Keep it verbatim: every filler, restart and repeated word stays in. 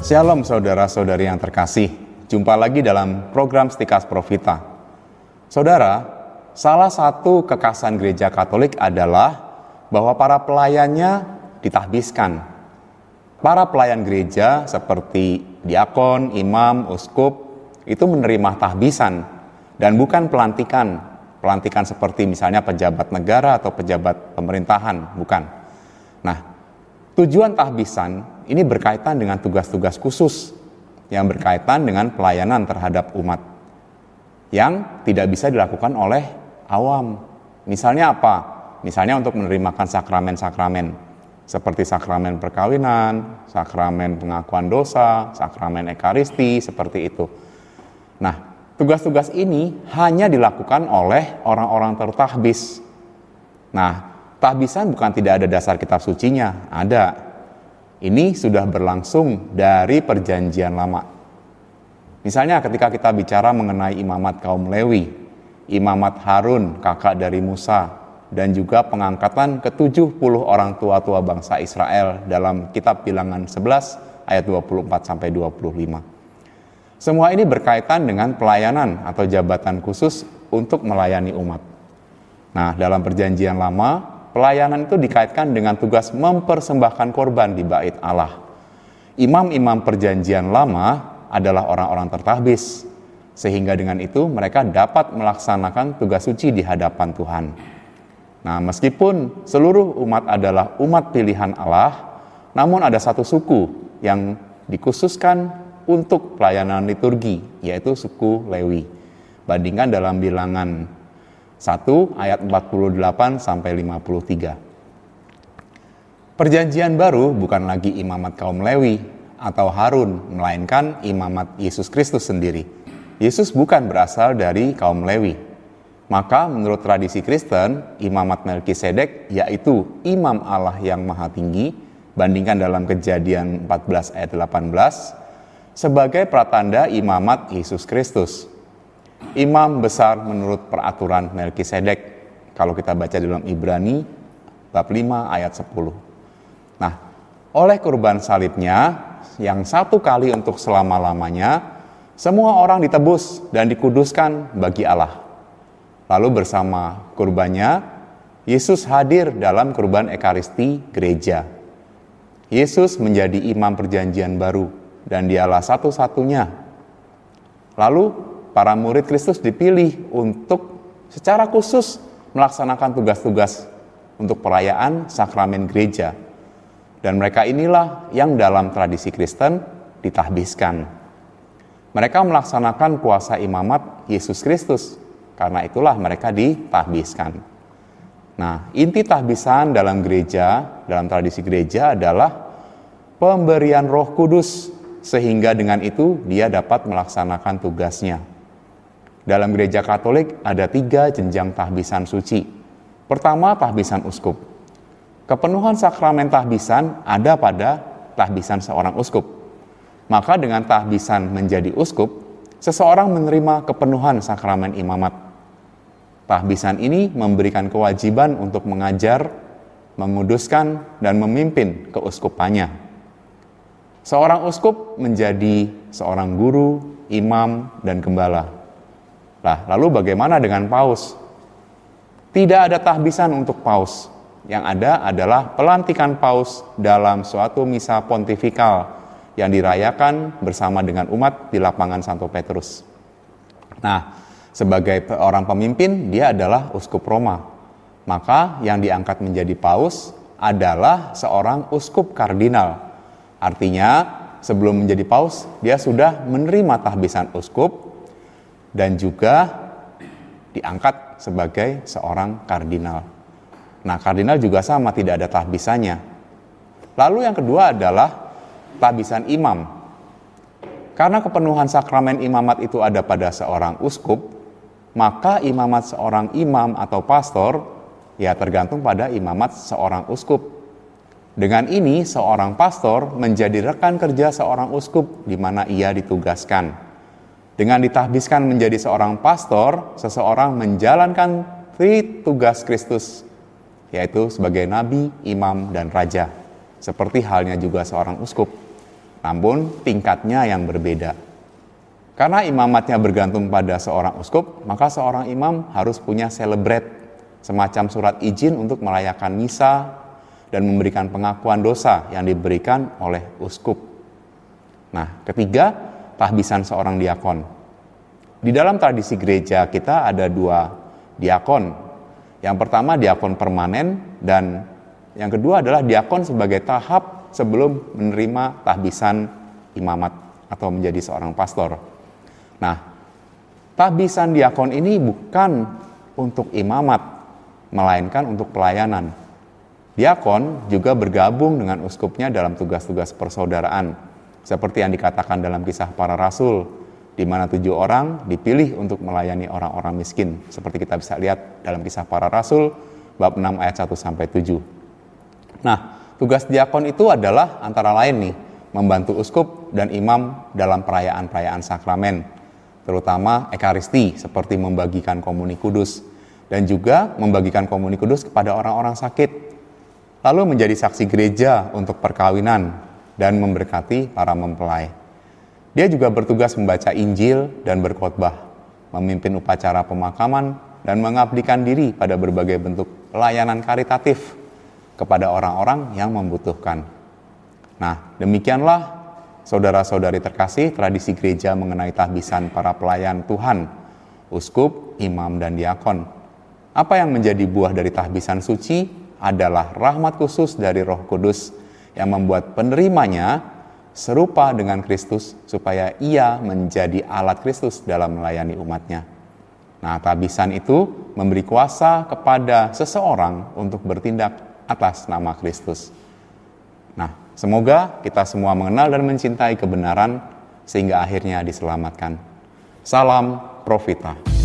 Shalom saudara-saudari yang terkasih, jumpa lagi dalam program Stikas Profita. Saudara, salah satu kekhasan gereja Katolik adalah bahwa para pelayannya ditahbiskan. Para pelayan gereja seperti diakon, imam, uskup itu menerima tahbisan dan bukan pelantikan. Pelantikan seperti misalnya pejabat negara atau pejabat pemerintahan, bukan. Nah, tujuan tahbisan ini berkaitan dengan tugas-tugas khusus yang berkaitan dengan pelayanan terhadap umat yang tidak bisa dilakukan oleh awam. Misalnya apa? Misalnya untuk menerimakan sakramen-sakramen seperti sakramen perkawinan, sakramen pengakuan dosa, sakramen ekaristi, seperti itu. Nah, tugas-tugas ini hanya dilakukan oleh orang-orang tertahbis. Nah, tahbisan bukan tidak ada dasar kitab sucinya, ada. Ini sudah berlangsung dari perjanjian lama. Misalnya ketika kita bicara mengenai imamat kaum Lewi, imamat Harun, kakak dari Musa, dan juga pengangkatan ke tujuh puluh orang tua-tua bangsa Israel dalam kitab Bilangan sebelas ayat dua puluh empat sampai dua puluh lima. Semua ini berkaitan dengan pelayanan atau jabatan khusus untuk melayani umat. Nah, dalam perjanjian lama, pelayanan itu dikaitkan dengan tugas mempersembahkan korban di bait Allah. Imam-imam perjanjian lama adalah orang-orang tertahbis, sehingga dengan itu mereka dapat melaksanakan tugas suci di hadapan Tuhan. Nah, meskipun seluruh umat adalah umat pilihan Allah, namun ada satu suku yang dikhususkan untuk pelayanan liturgi, yaitu suku Lewi. Bandingkan dalam Bilangan satu ayat empat puluh delapan sampai lima puluh tiga. Perjanjian baru bukan lagi imamat kaum Lewi atau Harun, melainkan imamat Yesus Kristus sendiri. Yesus bukan berasal dari kaum Lewi. Maka menurut tradisi Kristen, imamat Melkisedek yaitu imam Allah yang maha tinggi, bandingkan dalam Kejadian empat belas ayat delapan belas, sebagai pratanda imamat Yesus Kristus. Imam besar menurut peraturan Melkisedek, kalau kita baca dalam Ibrani bab lima ayat sepuluh. Nah, oleh kurban salibnya yang satu kali untuk selama-lamanya, semua orang ditebus dan dikuduskan bagi Allah. Lalu bersama kurbannya, Yesus hadir dalam kurban ekaristi gereja. Yesus menjadi imam perjanjian baru dan dialah satu-satunya. Lalu para murid Kristus dipilih untuk secara khusus melaksanakan tugas-tugas untuk perayaan sakramen gereja. Dan mereka inilah yang dalam tradisi Kristen ditahbiskan. Mereka melaksanakan puasa imamat Yesus Kristus. Karena itulah mereka ditahbiskan. Nah, inti tahbisan dalam gereja, dalam tradisi gereja adalah pemberian Roh Kudus, sehingga dengan itu dia dapat melaksanakan tugasnya. Dalam gereja Katolik ada tiga jenjang tahbisan suci. Pertama, tahbisan uskup. Kepenuhan sakramen tahbisan ada pada tahbisan seorang uskup. Maka dengan tahbisan menjadi uskup, seseorang menerima kepenuhan sakramen imamat. Tahbisan ini memberikan kewajiban untuk mengajar, menguduskan, dan memimpin keuskupannya. Seorang uskup menjadi seorang guru, imam, dan gembala. Nah, lalu bagaimana dengan paus? Tidak ada tahbisan untuk paus. Yang ada adalah pelantikan paus dalam suatu misa pontifikal yang dirayakan bersama dengan umat di lapangan Santo Petrus. Nah, sebagai orang pemimpin, dia adalah uskup Roma. Maka yang diangkat menjadi paus adalah seorang uskup kardinal. Artinya, sebelum menjadi paus, dia sudah menerima tahbisan uskup dan juga diangkat sebagai seorang kardinal. Nah, kardinal juga sama, tidak ada tahbisannya. Lalu yang kedua adalah tahbisan imam. Karena kepenuhan sakramen imamat itu ada pada seorang uskup, maka imamat seorang imam atau pastor ya tergantung pada imamat seorang uskup. Dengan ini seorang pastor menjadi rekan kerja seorang uskup di mana ia ditugaskan. Dengan ditahbiskan menjadi seorang pastor, seseorang menjalankan tri tugas Kristus, yaitu sebagai nabi, imam, dan raja. Seperti halnya juga seorang uskup. namun tingkatnya yang berbeda. Karena imamatnya bergantung pada seorang uskup, maka seorang imam harus punya celebret, semacam surat izin untuk merayakan misa dan memberikan pengakuan dosa yang diberikan oleh uskup. Nah, ketiga, tahbisan seorang diakon. Di dalam tradisi gereja kita ada dua diakon. Yang pertama diakon permanen dan yang kedua adalah diakon sebagai tahap sebelum menerima tahbisan imamat atau menjadi seorang pastor. Nah, tahbisan diakon ini bukan untuk imamat, melainkan untuk pelayanan. Diakon juga bergabung dengan uskupnya dalam tugas-tugas persaudaraan, seperti yang dikatakan dalam Kisah Para Rasul, di mana tujuh orang dipilih untuk melayani orang-orang miskin. Seperti kita bisa lihat dalam Kisah Para Rasul, bab enam ayat satu sampai tujuh. Nah, tugas diakon itu adalah antara lain nih, membantu uskup dan imam dalam perayaan-perayaan sakramen, terutama Ekaristi, seperti membagikan komuni kudus, dan juga membagikan komuni kudus kepada orang-orang sakit, lalu menjadi saksi gereja untuk perkawinan, dan memberkati para mempelai. Dia juga bertugas membaca Injil dan berkhotbah, memimpin upacara pemakaman, dan mengabdikan diri pada berbagai bentuk pelayanan karitatif kepada orang-orang yang membutuhkan. Nah, demikianlah saudara-saudari terkasih tradisi gereja mengenai tahbisan para pelayan Tuhan, uskup, imam, dan diakon. Apa yang menjadi buah dari tahbisan suci adalah rahmat khusus dari Roh Kudus yang membuat penerimanya serupa dengan Kristus supaya ia menjadi alat Kristus dalam melayani umatnya. Nah, tahbisan itu memberi kuasa kepada seseorang untuk bertindak atas nama Kristus. Nah, semoga kita semua mengenal dan mencintai kebenaran sehingga akhirnya diselamatkan. Salam Profita.